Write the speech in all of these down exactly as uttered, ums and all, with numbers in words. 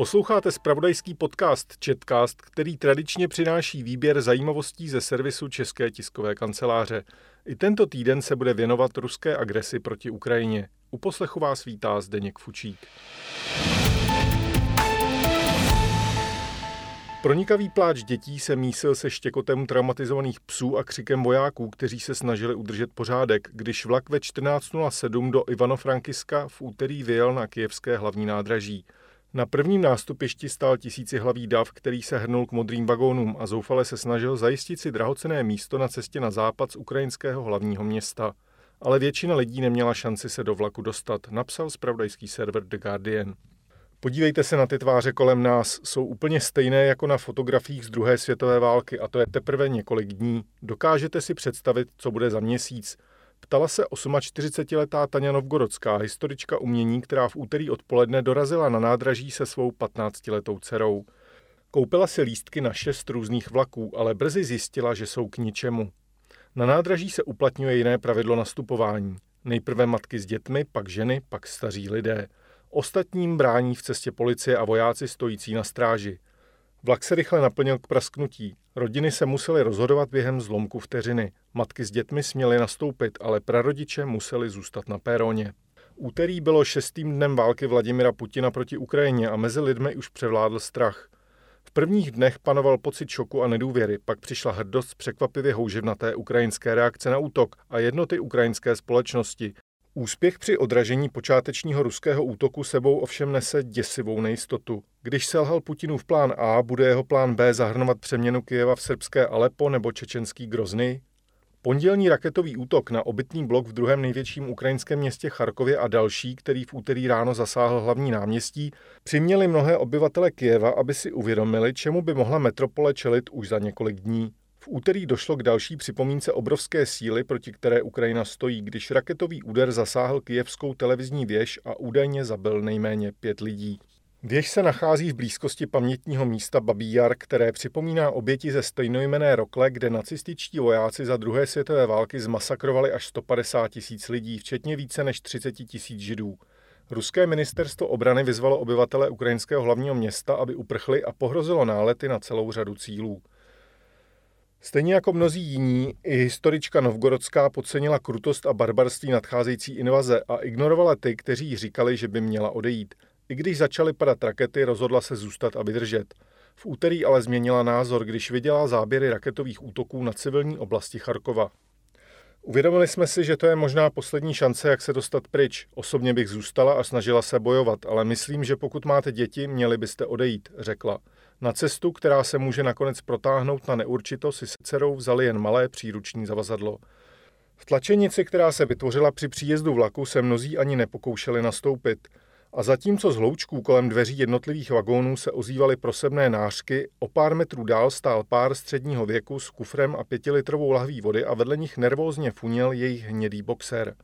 Posloucháte zpravodajský podcast Četcast, který tradičně přináší výběr zajímavostí ze servisu České tiskové kanceláře. I tento týden se bude věnovat ruské agresi proti Ukrajině. U poslechu vás vítá Zdeněk Fučík. Pronikavý pláč dětí se mísil se štěkotem traumatizovaných psů a křikem vojáků, kteří se snažili udržet pořádek, když vlak ve čtrnáct nula sedm do Ivano-Frankiska v úterý vyjel na kyjevské hlavní nádraží. Na prvním nástupišti stál tisícihlavý dav, který se hrnul k modrým vagónům a zoufale se snažil zajistit si drahocenné místo na cestě na západ z ukrajinského hlavního města. Ale většina lidí neměla šanci se do vlaku dostat, napsal zpravodajský server The Guardian. Podívejte se na ty tváře kolem nás, jsou úplně stejné jako na fotografiích z druhé světové války a to je teprve několik dní. Dokážete si představit, co bude za měsíc? Ptala se čtyřicetiosmiletá Taňa Novgorodská, historička umění, která v úterý odpoledne dorazila na nádraží se svou patnáctiletou dcerou. Koupila si lístky na šest různých vlaků, ale brzy zjistila, že jsou k ničemu. Na nádraží se uplatňuje jiné pravidlo nastupování. Nejprve matky s dětmi, pak ženy, pak staří lidé. Ostatním brání v cestě policie a vojáci stojící na stráži. Vlak se rychle naplnil k prasknutí. Rodiny se musely rozhodovat během zlomku vteřiny. Matky s dětmi směly nastoupit, ale prarodiče museli zůstat na péroně. Úterý bylo šestým dnem války Vladimira Putina proti Ukrajině a mezi lidmi už převládl strach. V prvních dnech panoval pocit šoku a nedůvěry, pak přišla hrdost z překvapivě houževnaté ukrajinské reakce na útok a jednoty ukrajinské společnosti. Úspěch při odražení počátečního ruského útoku sebou ovšem nese děsivou nejistotu. Když selhal Putinův plán A, bude jeho plán B zahrnovat přeměnu Kyjeva v srbské Aleppo nebo čečenský Grozny? Pondělní raketový útok na obytný blok v druhém největším ukrajinském městě Charkově a další, který v úterý ráno zasáhl hlavní náměstí, přiměli mnohé obyvatele Kyjeva, aby si uvědomili, čemu by mohla metropole čelit už za několik dní. V úterý došlo k další připomínce obrovské síly, proti které Ukrajina stojí, když raketový úder zasáhl kyjevskou televizní věž a údajně zabil nejméně pět lidí. Věž se nachází v blízkosti pamětního místa Babí Jar, které připomíná oběti ze stejnojmenné rokle, kde nacističtí vojáci za druhé světové války zmasakrovali až sto padesát tisíc lidí, včetně více než třicet tisíc Židů. Ruské ministerstvo obrany vyzvalo obyvatele ukrajinského hlavního města, aby uprchli a pohrozilo nálety na celou řadu cílů. Stejně jako mnozí jiní, i historička Novgorodská podcenila krutost a barbarství nadcházející invaze a ignorovala ty, kteří říkali, že by měla odejít. I když začaly padat rakety, rozhodla se zůstat a vydržet. V úterý ale změnila názor, když viděla záběry raketových útoků na civilní oblasti Charkova. Uvědomili jsme si, že to je možná poslední šance, jak se dostat pryč. Osobně bych zůstala a snažila se bojovat, ale myslím, že pokud máte děti, měli byste odejít, řekla. Na cestu, která se může nakonec protáhnout na neurčito, si se dcerou vzali jen malé příruční zavazadlo. V tlačenici, která se vytvořila při příjezdu vlaku, se mnozí ani nepokoušeli nastoupit. A zatímco z hloučků kolem dveří jednotlivých vagónů se ozývaly prosebné nářky, o pár metrů dál stál pár středního věku s kufrem a pětilitrovou lahví vody a vedle nich nervózně funěl jejich hnědý boxer.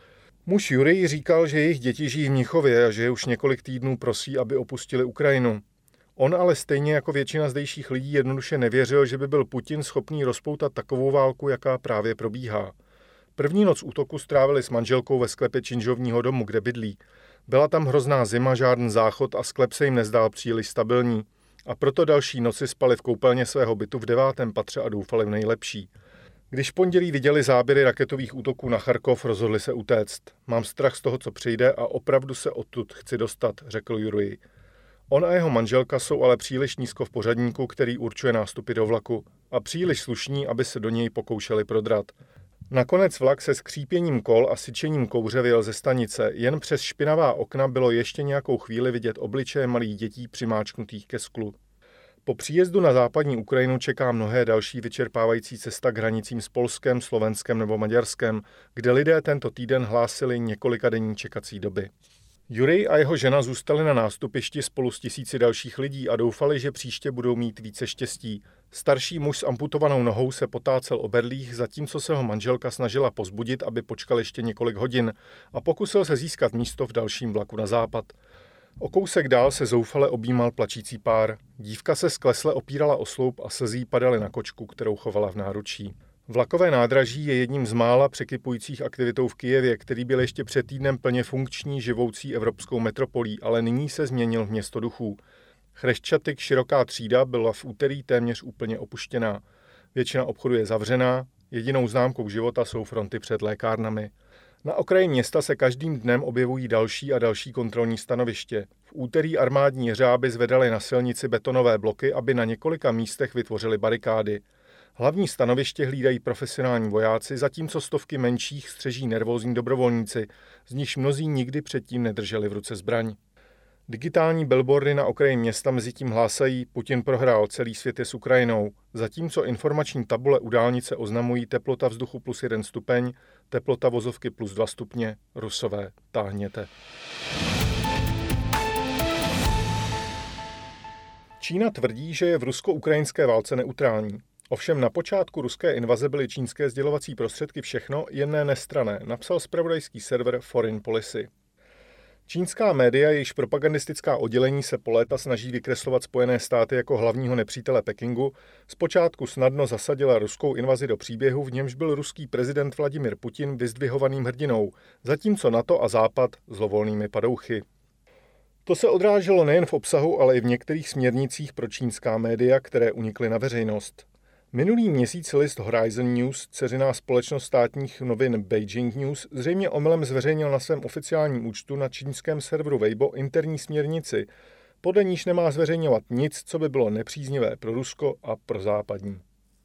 Muž Jurij říkal, že jejich děti žijí v Mnichově a že je už několik týdnů prosí, aby opustili Ukrajinu. On ale stejně jako většina zdejších lidí jednoduše nevěřil, že by byl Putin schopný rozpoutat takovou válku, jaká právě probíhá. První noc útoku strávili s manželkou ve sklepě činžovního domu, kde bydlí. Byla tam hrozná zima, žádný záchod a sklep se jim nezdál příliš stabilní. A proto další noci spali v koupelně svého bytu v devátém patře a doufali v nejlepší. Když v pondělí viděli záběry raketových útoků na Charkov, rozhodli se utéct. Mám strach z toho, co přijde a opravdu se odtud chci dostat, řekl Jurij. On a jeho manželka jsou ale příliš nízko v pořadníku, který určuje nástupy do vlaku, a příliš slušní, aby se do něj pokoušeli prodrat. Nakonec vlak se skřípěním kol a syčením kouře vyjel ze stanice, jen přes špinavá okna bylo ještě nějakou chvíli vidět obličeje malých dětí přimáčknutých ke sklu. Po příjezdu na západní Ukrajinu čeká mnohé další vyčerpávající cesta k hranicím s Polskem, Slovenskem nebo Maďarskem, kde lidé tento týden hlásili několikadenní čekací doby. Jurij a jeho žena zůstali na nástupišti spolu s tisíci dalších lidí a doufali, že příště budou mít více štěstí. Starší muž s amputovanou nohou se potácel o berlích, zatímco se ho manželka snažila pozbudit, aby počkal ještě několik hodin a pokusil se získat místo v dalším vlaku na západ. O kousek dál se zoufale objímal plačící pár. Dívka se sklesle opírala o sloup a slzí padaly na kočku, kterou chovala v náručí. Vlakové nádraží je jedním z mála překypujících aktivitou v Kyjevě, který byl ještě před týdnem plně funkční, živoucí evropskou metropolí, ale nyní se změnil v město duchů. Chrešťatyk, široká třída, byla v úterý téměř úplně opuštěná. Většina obchodu je zavřená, jedinou známkou života jsou fronty před lékárnami. Na okraji města se každým dnem objevují další a další kontrolní stanoviště. V úterý armádní jeřáby zvedaly na silnici betonové bloky, aby na několika místech vytvořili barikády. Hlavní stanoviště hlídají profesionální vojáci, zatímco stovky menších střeží nervózní dobrovolníci, z nichž mnozí nikdy předtím nedrželi v ruce zbraň. Digitální billboardy na okraji města mezitím hlásají: Putin prohrál, celý svět je s Ukrajinou, zatímco informační tabule u dálnice oznamují teplota vzduchu plus jeden stupeň, teplota vozovky plus dva stupně, Rusové, táhněte. Čína tvrdí, že je v rusko-ukrajinské válce neutrální. Ovšem na počátku ruské invaze byly čínské sdělovací prostředky všechno, jen ne nestranné, napsal zpravodajský server Foreign Policy. Čínská média, jejichž propagandistická oddělení se po léta snaží vykreslovat Spojené státy jako hlavního nepřítele Pekingu, zpočátku snadno zasadila ruskou invazi do příběhu, v němž byl ruský prezident Vladimir Putin vyzdvihovaným hrdinou, zatímco NATO a Západ zlovolnými padouchy. To se odráželo nejen v obsahu, ale i v některých směrnicích pro čínská média, které unikly na veřejnost. Minulý měsíc list Horizon News, dceřiná společnost státních novin Beijing News, zřejmě omylem zveřejnil na svém oficiálním účtu na čínském serveru Weibo interní směrnici, podle níž nemá zveřejňovat nic, co by bylo nepříznivé pro Rusko a pro západní.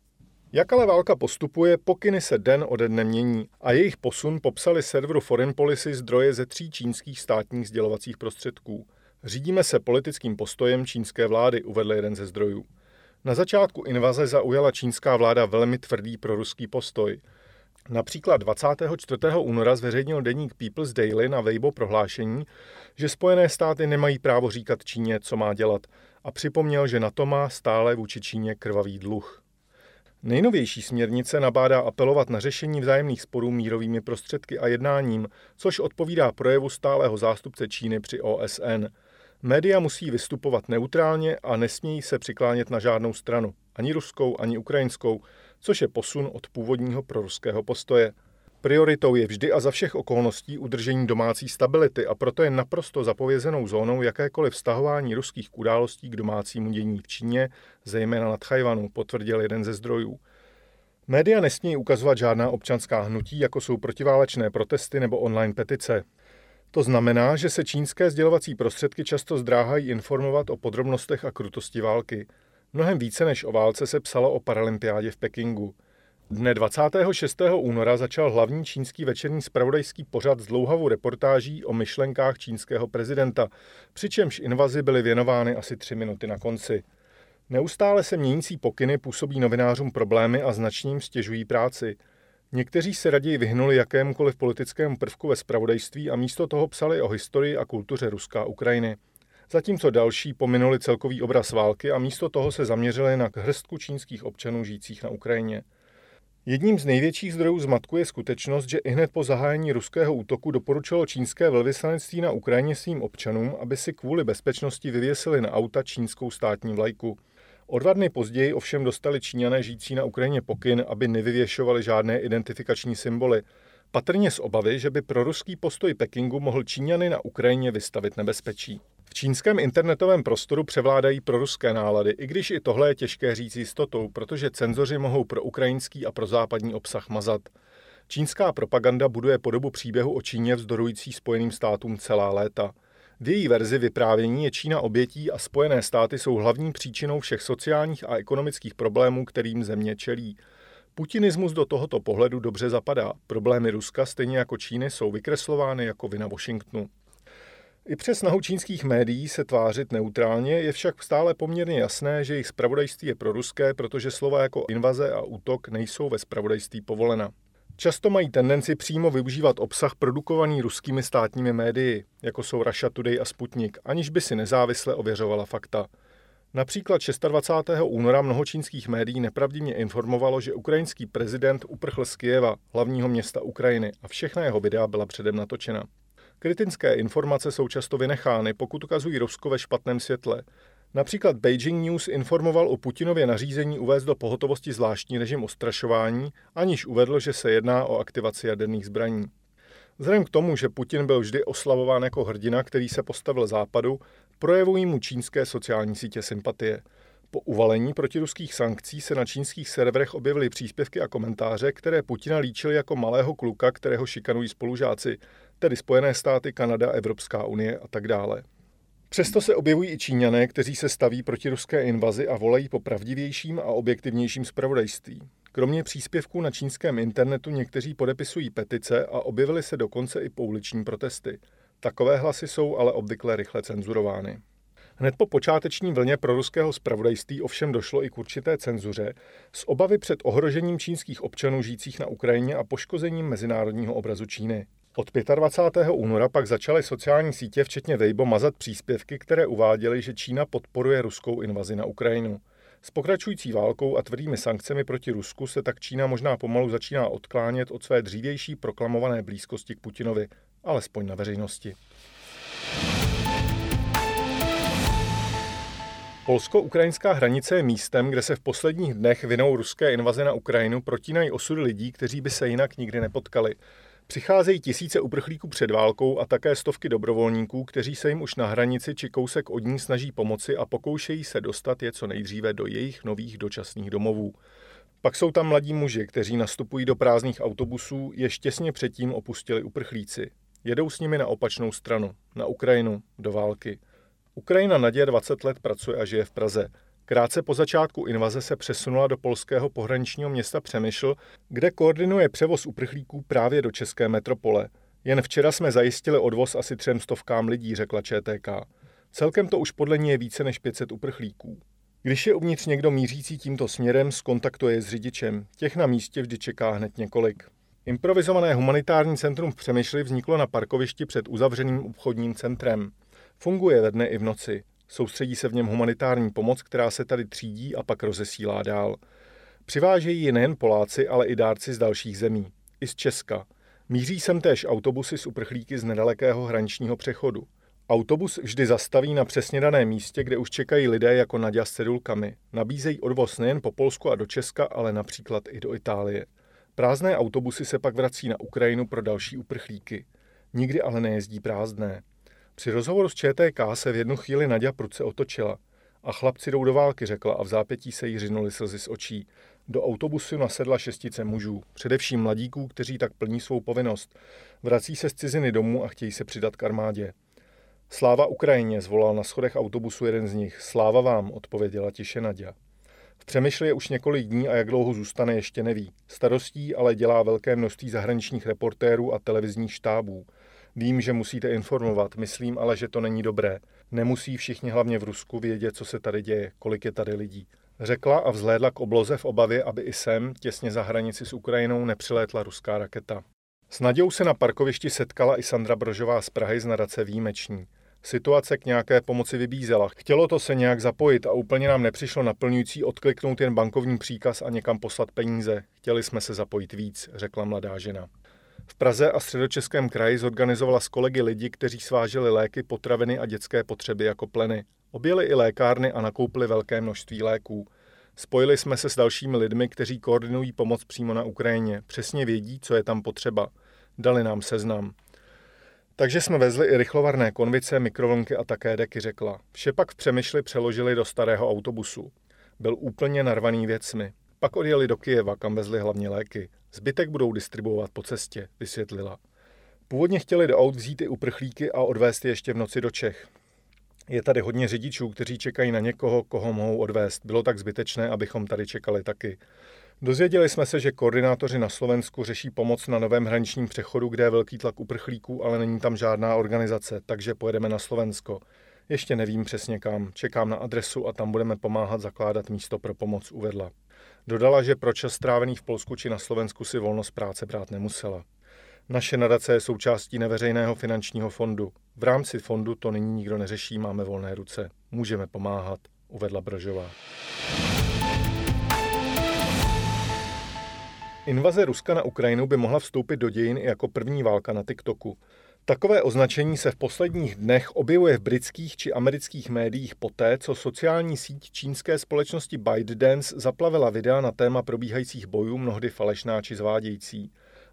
Jak ale válka postupuje, pokyny se den ode dne mění a jejich posun popsali serveru Foreign Policy zdroje ze tří čínských státních sdělovacích prostředků. Řídíme se politickým postojem čínské vlády, uvedl jeden ze zdrojů. Na začátku invaze zaujala čínská vláda velmi tvrdý proruský postoj. Například dvacátého čtvrtého února zveřejnil deník People's Daily na Weibo prohlášení, že Spojené státy nemají právo říkat Číně, co má dělat, a připomněl, že NATO má stále vůči Číně krvavý dluh. Nejnovější směrnice nabádá apelovat na řešení vzájemných sporů mírovými prostředky a jednáním, což odpovídá projevu stálého zástupce Číny při O S N. Média musí vystupovat neutrálně a nesmějí se přiklánět na žádnou stranu, ani ruskou, ani ukrajinskou, což je posun od původního proruského postoje. Prioritou je vždy a za všech okolností udržení domácí stability a proto je naprosto zapovězenou zónou jakékoliv vztahování ruských událostí k domácímu dění v Číně, zejména na Tchajwanu, potvrdil jeden ze zdrojů. Média nesmějí ukazovat žádná občanská hnutí, jako jsou protiválečné protesty nebo online petice. To znamená, že se čínské sdělovací prostředky často zdráhají informovat o podrobnostech a krutosti války. Mnohem více než o válce se psalo o paralympiádě v Pekingu. Dne dvacátého šestého února začal hlavní čínský večerní zpravodajský pořad s dlouhavou reportáží o myšlenkách čínského prezidenta, přičemž invazi byly věnovány asi tři minuty na konci. Neustále se měnící pokyny působí novinářům problémy a značně jim stěžují práci. Někteří se raději vyhnuli jakémukoliv politickému prvku ve zpravodajství a místo toho psali o historii a kultuře Ruska a Ukrajiny. Zatímco další pominuli celkový obraz války a místo toho se zaměřili na hrstku čínských občanů žijících na Ukrajině. Jedním z největších zdrojů zmatku je skutečnost, že ihned po zahájení ruského útoku doporučilo čínské velvyslanectví na Ukrajině svým občanům, aby si kvůli bezpečnosti vyvěsili na auta čínskou státní vlajku. O dva dny později ovšem dostali Číňané žijící na Ukrajině pokyn, aby nevyvěšovali žádné identifikační symboly. Patrně z obavy, že by proruský postoj Pekingu mohl Číňany na Ukrajině vystavit nebezpečí. V čínském internetovém prostoru převládají proruské nálady, i když i tohle je těžké říct jistotou, protože cenzoři mohou pro ukrajinský a pro západní obsah mazat. Čínská propaganda buduje podobu příběhu o Číně vzdorující Spojeným státům celá léta. V její verzi vyprávění je Čína obětí a Spojené státy jsou hlavní příčinou všech sociálních a ekonomických problémů, kterým země čelí. Putinismus do tohoto pohledu dobře zapadá. Problémy Ruska stejně jako Číny jsou vykreslovány jako vina Washingtonu. I přes snahu čínských médií se tvářit neutrálně je však stále poměrně jasné, že jejich zpravodajství je proruské, protože slova jako invaze a útok nejsou ve zpravodajství povolena. Často mají tendenci přímo využívat obsah produkovaný ruskými státními médii, jako jsou Russia Today a Sputnik, aniž by si nezávisle ověřovala fakta. Například dvacátého šestého února mnoho čínských médií nepravdivě informovalo, že ukrajinský prezident uprchl z Kyjeva, hlavního města Ukrajiny, a všechna jeho videa byla předem natočena. Kritické informace jsou často vynechány, pokud ukazují Rusko ve špatném světle. Například Beijing News informoval o Putinově nařízení uvést do pohotovosti zvláštní režim ostrašování, aniž uvedl, že se jedná o aktivaci jaderných zbraní. Vzhledem k tomu, že Putin byl vždy oslavován jako hrdina, který se postavil Západu, projevují mu čínské sociální sítě sympatie. Po uvalení protiruských sankcí se na čínských serverech objevily příspěvky a komentáře, které Putina líčily jako malého kluka, kterého šikanují spolužáci, tedy Spojené státy, Kanada, Evropská unie a tak dále. Přesto se objevují i Číňané, kteří se staví proti ruské invazi a volají po pravdivějším a objektivnějším zpravodajství. Kromě příspěvků na čínském internetu někteří podepisují petice a objevily se dokonce i pouliční protesty. Takové hlasy jsou ale obvykle rychle cenzurovány. Hned po počáteční vlně proruského zpravodajství ovšem došlo i k určité cenzuře z obavy před ohrožením čínských občanů žijících na Ukrajině a poškozením mezinárodního obrazu Číny. Od dvacátého pátého února pak začaly sociální sítě včetně Weibo mazat příspěvky, které uváděly, že Čína podporuje ruskou invazi na Ukrajinu. S pokračující válkou a tvrdými sankcemi proti Rusku se tak Čína možná pomalu začíná odklánět od své dřívější proklamované blízkosti k Putinovi, alespoň na veřejnosti. Polsko-ukrajinská hranice je místem, kde se v posledních dnech vinou ruské invaze na Ukrajinu protínají osudy lidí, kteří by se jinak nikdy nepotkali. Přicházejí tisíce uprchlíků před válkou a také stovky dobrovolníků, kteří se jim už na hranici či kousek od ní snaží pomoci a pokoušejí se dostat je co nejdříve do jejich nových dočasných domovů. Pak jsou tam mladí muži, kteří nastupují do prázdných autobusů, jež těsně předtím opustili uprchlíci. Jedou s nimi na opačnou stranu, na Ukrajinu, do války. Ukrajina Naděja dvacet let pracuje a žije v Praze. Krátce po začátku invaze se přesunula do polského pohraničního města Přemysl, kde koordinuje převoz uprchlíků právě do české metropole. Jen včera jsme zajistili odvoz asi třem stovkám lidí, řekla Č T K. Celkem to už podle ní je více než pět set uprchlíků. Když je uvnitř někdo mířící tímto směrem, zkontaktuje je s řidičem. Těch na místě vždy čeká hned několik. Improvizované humanitární centrum v Přemysli vzniklo na parkovišti před uzavřeným obchodním centrem. Funguje ve dne i v noci. Soustředí se v něm humanitární pomoc, která se tady třídí a pak rozesílá dál. Přivážejí ji nejen Poláci, ale i dárci z dalších zemí. I z Česka. Míří sem též autobusy s uprchlíky z nedalekého hraničního přechodu. Autobus vždy zastaví na přesně daném místě, kde už čekají lidé jako Naďa s cedulkami. Nabízejí odvoz nejen po Polsku a do Česka, ale například i do Itálie. Prázdné autobusy se pak vrací na Ukrajinu pro další uprchlíky. Nikdy ale nejezdí prázdné. Při rozhovoru s Č T K se v jednu chvíli Naďa prudce otočila. A chlapci jdou do války, řekla a v zápětí se jí řinuly slzy z očí. Do autobusu nasedla šestice mužů, především mladíků, kteří tak plní svou povinnost. Vrací se z ciziny domů a chtějí se přidat k armádě. Sláva Ukrajině, zvolal na schodech autobusu jeden z nich. Sláva vám, odpověděla tiše Naďa. V Přemyšli je už několik dní a jak dlouho zůstane, ještě neví. Starostí ale dělá velké množství zahraničních reportérů a televizních štábů. Vím, že musíte informovat, myslím ale, že to není dobré. Nemusí všichni hlavně v Rusku vědět, co se tady děje, kolik je tady lidí. Řekla a vzhlédla k obloze v obavě, aby i sem, těsně za hranici s Ukrajinou, nepřilétla ruská raketa. S Nadějou se na parkovišti setkala i Sandra Brožová z Prahy z nadace Výjimeční. Situace k nějaké pomoci vybízela. Chtělo to se nějak zapojit a úplně nám nepřišlo naplňující odkliknout jen bankovní příkaz a někam poslat peníze. Chtěli jsme se zapojit víc, řekla mladá žena. V Praze a Středočeském kraji zorganizovala s kolegy lidi, kteří sváželi léky, potraviny a dětské potřeby jako pleny. Objeli i lékárny a nakoupili velké množství léků. Spojili jsme se s dalšími lidmi, kteří koordinují pomoc přímo na Ukrajině. Přesně vědí, co je tam potřeba. Dali nám seznam. Takže jsme vezli i rychlovarné konvice, mikrovlnky a také deky, řekla. Vše pak v Přemyšli přeložili do starého autobusu. Byl úplně narvaný věcmi. Pak odjeli do Kyjeva, kam vezli hlavně léky. Zbytek budou distribuovat po cestě, vysvětlila. Původně chtěli do aut vzít i uprchlíky a odvést je ještě v noci do Čech. Je tady hodně řidičů, kteří čekají na někoho, koho mohou odvést. Bylo tak zbytečné, abychom tady čekali taky. Dozvěděli jsme se, že koordinátoři na Slovensku řeší pomoc na novém hraničním přechodu, kde je velký tlak uprchlíků, ale není tam žádná organizace, takže pojedeme na Slovensko. Ještě nevím přesně kam, čekám na adresu a tam budeme pomáhat zakládat místo pro pomoc, uvedla. Dodala, že pro čas strávený v Polsku či na Slovensku si volno z práce brát nemusela. Naše nadace je součástí neveřejného finančního fondu. V rámci fondu to nyní nikdo neřeší, máme volné ruce. Můžeme pomáhat, uvedla Brožová. Invaze Ruska na Ukrajinu by mohla vstoupit do dějin i jako první válka na TikToku. Takové označení se v posledních dnech objevuje v britských či amerických médiích poté, co sociální síť čínské společnosti ByteDance zaplavila videa na téma probíhajících bojů, mnohdy falešná či zvádějící.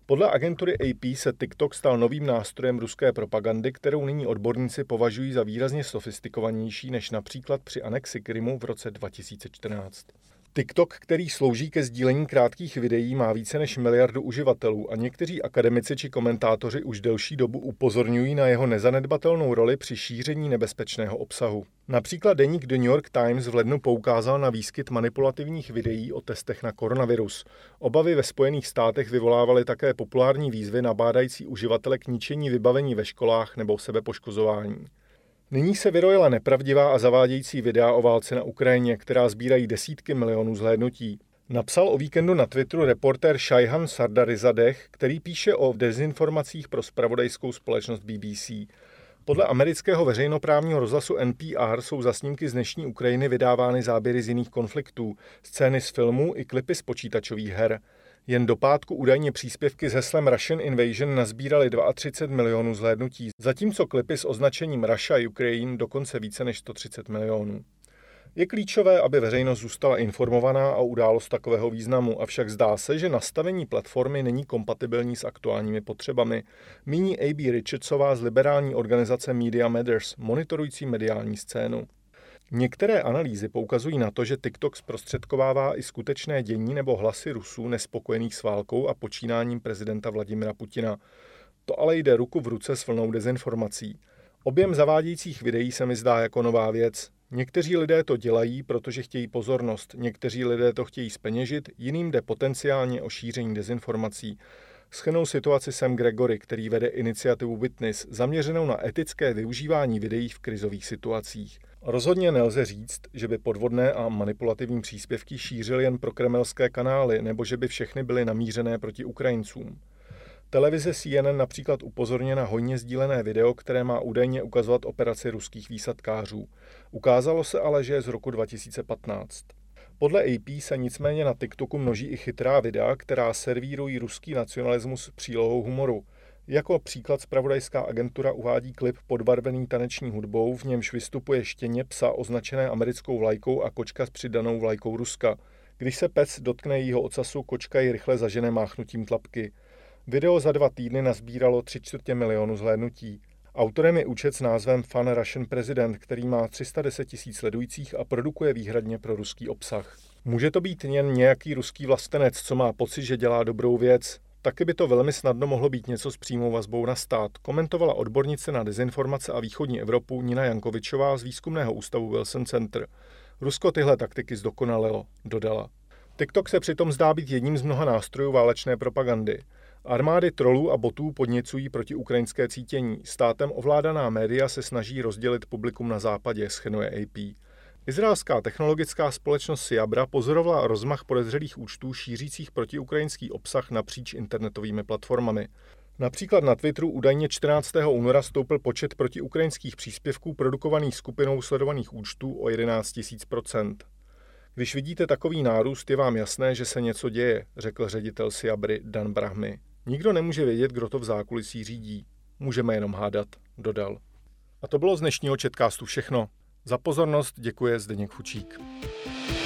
Podle agentury A P se TikTok stal novým nástrojem ruské propagandy, kterou nyní odborníci považují za výrazně sofistikovanější než například při anexi Krymu v roce dva tisíce čtrnáct. TikTok, který slouží ke sdílení krátkých videí, má více než miliardu uživatelů a někteří akademici či komentátoři už delší dobu upozorňují na jeho nezanedbatelnou roli při šíření nebezpečného obsahu. Například deník The New York Times v lednu poukázal na výskyt manipulativních videí o testech na koronavirus. Obavy ve Spojených státech vyvolávaly také populární výzvy nabádající uživatele k ničení vybavení ve školách nebo sebepoškozování. Nyní se vyrojila nepravdivá a zavádějící videa o válce na Ukrajině, která sbírají desítky milionů zhlédnutí. Napsal o víkendu na Twitteru reportér Shayhan Sardarizadeh, který píše o dezinformacích pro zpravodajskou společnost B B C. Podle amerického veřejnoprávního rozhlasu N P R jsou za snímky z dnešní Ukrajiny vydávány záběry z jiných konfliktů, scény z filmů i klipy z počítačových her. Jen do pátku údajně příspěvky s heslem Russian Invasion nazbíraly třicet dva milionů zhlédnutí, zatímco klipy s označením Russia Ukraine dokonce více než sto třicet milionů. Je klíčové, aby veřejnost zůstala informovaná o událost takového významu, avšak zdá se, že nastavení platformy není kompatibilní s aktuálními potřebami, míní A B Richardsová z liberální organizace Media Matters, monitorující mediální scénu. Některé analýzy poukazují na to, že TikTok zprostředkovává i skutečné dění nebo hlasy Rusů nespokojených s válkou a počínáním prezidenta Vladimira Putina. To ale jde ruku v ruce s vlnou dezinformací. Objem zavádějících videí se mi zdá jako nová věc. Někteří lidé to dělají, protože chtějí pozornost, někteří lidé to chtějí zpeněžit, jiným jde potenciálně o šíření dezinformací. Shrnul situaci Sam Gregory, který vede iniciativu Witness, zaměřenou na etické využívání videí v krizových situacích. Rozhodně nelze říct, že by podvodné a manipulativní příspěvky šířily jen pro kremelské kanály, nebo že by všechny byly namířené proti Ukrajincům. Televize C N N například upozorně na hojně sdílené video, které má údajně ukazovat operaci ruských výsadkářů. Ukázalo se ale, že je z roku dva tisíce patnáct. Podle A P se nicméně na TikToku množí i chytrá videa, která servírují ruský nacionalismus přílohou humoru. Jako příklad zpravodajská agentura uvádí klip podbarvený taneční hudbou, v němž vystupuje štěně psa označené americkou vlajkou a kočka s přidanou vlajkou Ruska. Když se pes dotkne jejího ocasu, kočka ji rychle zažene máchnutím tlapky. Video za dva týdny nazbíralo tři čtvrtě milionu zhlédnutí. Autorem je účet s názvem Fun Russian President, který má tři sta deset tisíc sledujících a produkuje výhradně pro ruský obsah. Může to být jen nějaký ruský vlastenec, co má pocit, že dělá dobrou věc. Taky by to velmi snadno mohlo být něco s přímou vazbou na stát, komentovala odbornice na dezinformace a východní Evropu Nina Jankovičová z výzkumného ústavu Wilson Center. Rusko tyhle taktiky zdokonalilo, dodala. TikTok se přitom zdá být jedním z mnoha nástrojů válečné propagandy. Armády trolů a botů podněcují proti ukrajinské cítění. Státem ovládaná média se snaží rozdělit publikum na západě, shrnuje A P. Izraelská technologická společnost Siabra pozorovala rozmach podezřelých účtů šířících protiukrajinský obsah napříč internetovými platformami. Například na Twitteru údajně čtrnáctého února stoupl počet protiukrajinských příspěvků produkovaných skupinou sledovaných účtů o jedenáct tisíc procent. Když vidíte takový nárůst, je vám jasné, že se něco děje, řekl ředitel Siabry Dan Brahmi. Nikdo nemůže vědět, kdo to v zákulisí řídí. Můžeme jenom hádat, dodal. A to bylo z dnešního Chatcastu všechno. Za pozornost děkuje Zdeněk Fučík.